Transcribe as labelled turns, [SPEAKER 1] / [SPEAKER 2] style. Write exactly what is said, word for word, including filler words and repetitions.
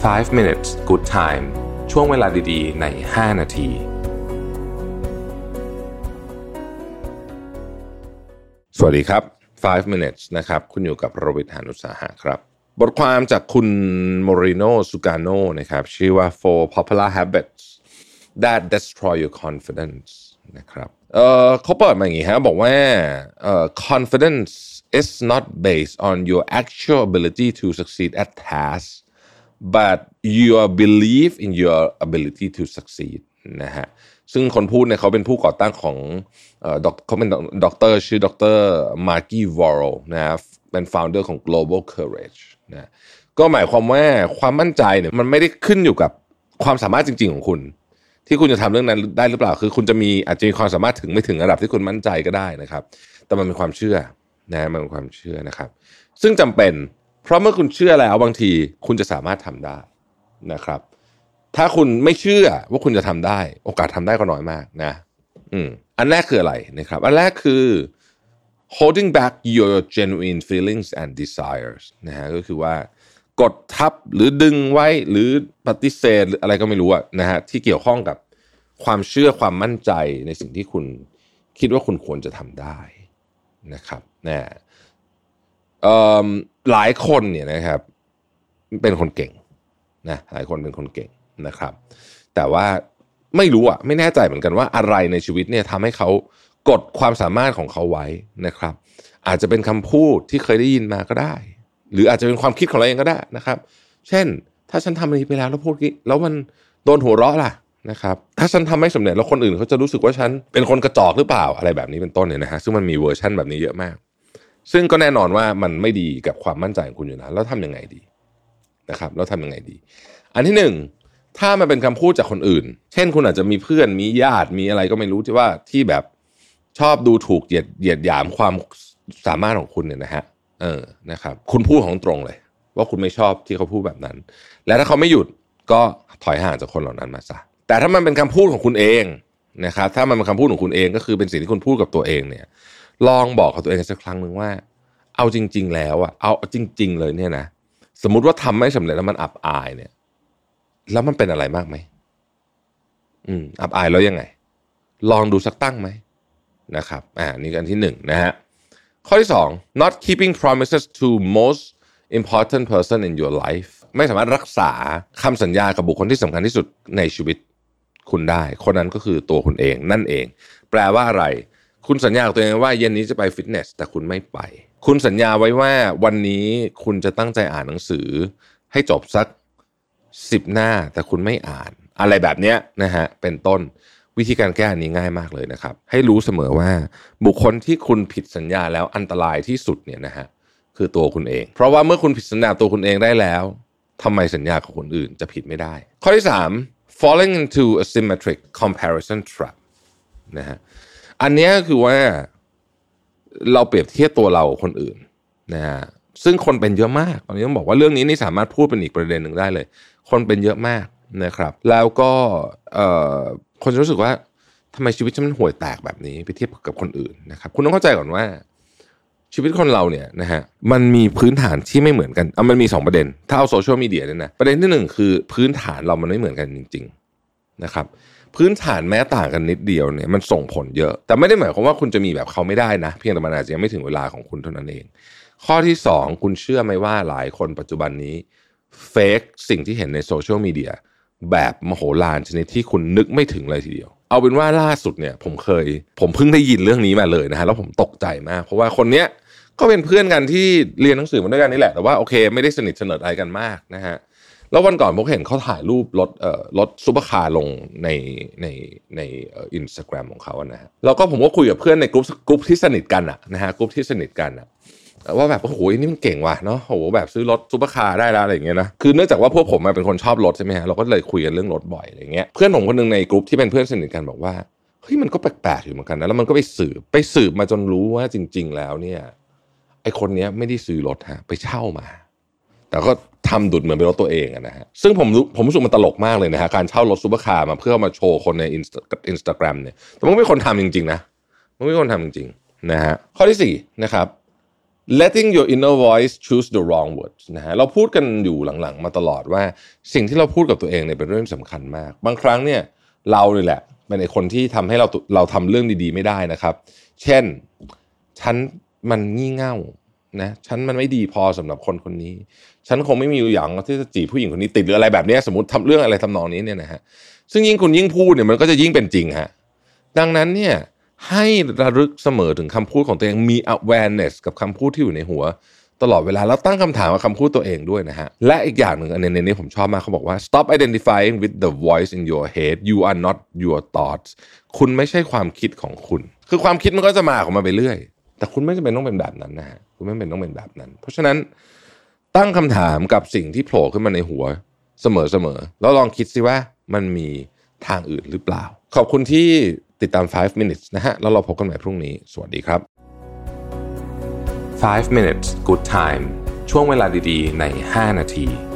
[SPEAKER 1] five minutes good time ช่วงเวลาดีๆในห้านาทีสวัสดีครับfive minutes นะครับคุณอยู่กับโรบิน หาญอุตสาหะครับบทความจากคุณโมริโน ซูกาโนนะครับชื่อว่า four popular habits that destroy your confidence นะครับเอ่อเขาเปิดมาอย่างงี้ฮะบอกว่าเอ่อ confidence is not based on your actual ability to succeed at tasks but your belief in your ability to succeed นะฮะซึ่งคนพูดเนี่ยเขาเป็นผู้ก่อตั้งของเอ่อเขาเป็นด็อกเตอร์ชื่อด็อกเตอร์มาร์กี้วอร์โรนะครับเป็น founder ของ Global Courage นะก็หมายความว่าความมั่นใจเนี่ยมันไม่ได้ขึ้นอยู่กับความสามารถจริงๆของคุณที่คุณจะทำเรื่องนั้นได้หรือเปล่าคือคุณจะมีอาจจะมีความสามารถถึงไม่ถึงระดับที่คุณมั่นใจก็ได้นะครับแต่มันเป็นความเชื่อนะมันเป็นความเชื่อนะครับซึ่งจำเป็นเพราะเมื่อคุณเชื่อแล้วบางทีคุณจะสามารถทำได้นะครับถ้าคุณไม่เชื่อว่าคุณจะทำได้โอกาสทำได้ก็น้อยมากนะอืมอันแรกคืออะไรนะครับอันแรกคือ holding back your genuine feelings and desires นะฮะก็คือว่ากดทับหรือดึงไว้หรือปฏิเสธหรืออะไรก็ไม่รู้อะนะฮะที่เกี่ยวข้องกับความเชื่อความมั่นใจในสิ่งที่คุณคิดว่าคุณควรจะทำได้นะครับนะเอ่อหลายคนเนี่ยนะครับเป็นคนเก่งนะหลายคนเป็นคนเก่งนะครับแต่ว่าไม่รู้อ่ะไม่แน่ใจเหมือนกันว่าอะไรในชีวิตเนี่ยทำให้เขากดความสามารถของเขาไว้นะครับอาจจะเป็นคำพูดที่เคยได้ยินมาก็ได้หรืออาจจะเป็นความคิดของเราเองก็ได้นะครับเช่นถ้าฉันทำอะไรไปแล้วแล้วพูดกี้แล้วมันโดนหัวเราะล่ะนะครับถ้าฉันทำไม่สำเร็จแล้วคนอื่นเขาจะรู้สึกว่าฉันเป็นคนกระจอกหรือเปล่าอะไรแบบนี้เป็นต้นเนี่ยนะฮะซึ่งมันมีเวอร์ชันแบบนี้เยอะมากซึ่งก็แน่นอนว่ามันไม่ดีกับความมั่นใจของคุณอยู่นะแล้วทำยังไงดีนะครับแล้วทำยังไงดีอันที่หนึ่งถ้ามันเป็นคำพูดจากคนอื่นเช่นคุณอาจจะมีเพื่อนมีญาติมีอะไรก็ไม่รู้ที่ว่าที่แบบชอบดูถูกเหยียดเหยียดหยามความสามารถของคุณเนี่ยนะฮะเออนะครับคุณพูดของตรงเลยว่าคุณไม่ชอบที่เขาพูดแบบนั้นและถ้าเขาไม่หยุดก็ถอยห่างจากคนเหล่านั้นมาซะแต่ถ้ามันเป็นคำพูดของคุณเองนะครับถ้ามันเป็นคำพูดของคุณเองก็คือเป็นสิ่งที่คุณพูดกับตัวเองเนี่ยลองบอกกับตัวเองสักครั้งนึงว่าเอาจริงๆแล้วอะเอาจริงๆเลยเนี่ยนะสมมุติว่าทำไม่สำเร็จแล้วมันอับอายเนี่ยแล้วมันเป็นอะไรมากไหมอืมอับอายแล้วยังไงลองดูสักตั้งไหมนะครับอ่านี่กันที่หนึ่งนะฮะข้อที่สอง not keeping promises to most important person in your life ไม่สามารถรักษาคำสัญญากับบุคคลที่สำคัญที่สุดในชีวิตคุณได้คนนั้นก็คือตัวคุณเองนั่นเองแปลว่าอะไรคุณสัญญากับตัวเองว่าเย็นนี้จะไปฟิตเนสแต่คุณไม่ไปคุณสัญญาไว้ว่าวันนี้คุณจะตั้งใจอ่านหนังสือให้จบสักสิบหน้าแต่คุณไม่อ่านอะไรแบบเนี้ยนะฮะเป็นต้นวิธีการแก้อันนี้ง่ายมากเลยนะครับให้รู้เสมอว่าบุคคลที่คุณผิดสัญญาแล้วอันตรายที่สุดเนี่ยนะฮะคือตัวคุณเองเพราะว่าเมื่อคุณผิดสัญญาตัวคุณเองได้แล้วทำไมสัญญาของคนอื่นจะผิดไม่ได้ข้อที่สาม falling into a symmetric comparison trap นะฮะอันนี้คือว่าเราเปรียบเทียบตัวเรากับคนอื่นนะฮะซึ่งคนเป็นเยอะมากตอนนี้ต้องบอกว่าเรื่องนี้นี่สามารถพูดเป็นอีกประเด็นหนึ่งได้เลยคนเป็นเยอะมากนะครับแล้วก็เอ่อคนจะรู้สึกว่าทำไมชีวิตฉันมันห่วยแตกแบบนี้ไปเทียบกับคนอื่นนะครับคุณต้องเข้าใจก่อนว่าชีวิตคนเราเนี่ยนะฮะมันมีพื้นฐานที่ไม่เหมือนกันเอามันมีสองประเด็นถ้าเอาโซเชียลมีเดียเนี่ยนะประเด็นที่หนึ่งคือพื้นฐานเรามันไม่เหมือนกันจริงๆนะครับพื้นฐานแม้ต่างกันนิดเดียวเนี่ยมันส่งผลเยอะแต่ไม่ได้หมายความว่าคุณจะมีแบบเขาไม่ได้นะเพียงแต่มันอาจจะยังไม่ถึงเวลาของคุณเท่านั้นเองข้อที่สองคุณเชื่อไหมว่าหลายคนปัจจุบันนี้เฟกสิ่งที่เห็นในโซเชียลมีเดียแบบมโหฬารชนิดที่คุณนึกไม่ถึงเลยทีเดียวเอาเป็นว่าล่าสุดเนี่ยผมเคยผมเพิ่งได้ยินเรื่องนี้มาเลยนะฮะแล้วผมตกใจมากเพราะว่าคนเนี้ยก็เป็นเพื่อนกันที่เรียนหนังสือมาด้วยกันนี่แหละแต่ว่าโอเคไม่ได้สนิทสนทอะไรกันมากนะฮะแล้ววันก่อนผมเห็นเขาถ่ายรูปรถเอ่อรถซุปเปอร์คาร์ลงในในในเอ่อ Instagram ของเขานะฮะแล้วก็ผมก็คุยกับเพื่อนในกลุ่มกลุ่มที่สนิทกันอ่ะนะฮะกลุ่มที่สนิทกันอ่ะว่าแบบโอ้โหนี่มันเก่งว่ะเนาะโอ้โหแบบซื้อรถซุปเปอร์คาร์ได้แล้วอะไรอย่างเงี้ยนะคือเนื่องจากว่าพวกผมเป็นคนชอบรถใช่ไหมฮะเราก็เลยคุยกันเรื่องรถบ่อยอะไรเงี้ยเพื่อนผมคนนึงในกลุ่มที่เป็นเพื่อนสนิทกันบอกว่าเฮ้ยมันก็แปลกๆอยู่เหมือนกันนะแล้วมันก็ไปสืบไปสืบมาจนรู้ว่าจริงๆแล้วเนี่ยไอคนนี้ไม่ได้ซื้อรถฮะไปเช่ามาแต่ก็ทำดุดเหมือนเป็นรถตัวเองนะฮะซึ่งผมผมรู้สึกมันตลกมากเลยนะฮะการเช่ารถซุปเปอร์คาร์มาเพื่อมาโชว์คนใน Instagram เนี่ยแต่มันไม่มีคนทำจริงๆนะมันไม่มีคนทำจริงๆนะฮะข้อที่สี่นะครับ letting your inner voice choose the wrong words นะฮะเราพูดกันอยู่หลังๆมาตลอดว่าสิ่งที่เราพูดกับตัวเองเนี่ยเป็นเรื่องสำคัญมากบางครั้งเนี่ยเราเลยแหละเป็นไอ้คนที่ทำให้เราเราทำเรื่องดีๆไม่ได้นะครับเช่นฉันมันงี่เง่านะฉันมันไม่ดีพอสำหรับคนคนนี้ฉันคงไม่มีอย่างที่จะจีบผู้หญิงคนนี้ติดหรืออะไรแบบนี้สมมติทำเรื่องอะไรทำนองนี้เนี่ยนะฮะซึ่งยิ่งคุณยิ่งพูดเนี่ยมันก็จะยิ่งเป็นจริงฮะดังนั้นเนี่ยให้ระลึกเสมอถึงคำพูดของตัวเองมี awareness กับคำพูดที่อยู่ในหัวตลอดเวลาแล้วตั้งคำถามกับคำพูดตัวเองด้วยนะฮะและอีกอย่างหนึ่งอันนี้นี้ผมชอบมากเขาบอกว่า stop identifying with the voice in your head you are not your thoughts คุณไม่ใช่ความคิดของคุณคือความคิดมันก็จะมาของมันไปเรื่อยแต่คุณไม่จำเป็นต้องเป็นแบบนั้นนะฮะคุณไม่จำเป็นต้องเป็นแบบนั้นเพราะฉะนั้นตั้งคำถามกับสิ่งที่โผล่ขึ้นมาในหัวเสมอๆแล้วลองคิดสิว่ามันมีทางอื่นหรือเปล่าขอบคุณที่ติดตามไฟว์ minutes นะฮะแล้วเราพบกันใหม่พรุ่งนี้สวัสดีครับไฟว์ minutes good time ช่วงเวลาดีๆในห้านาที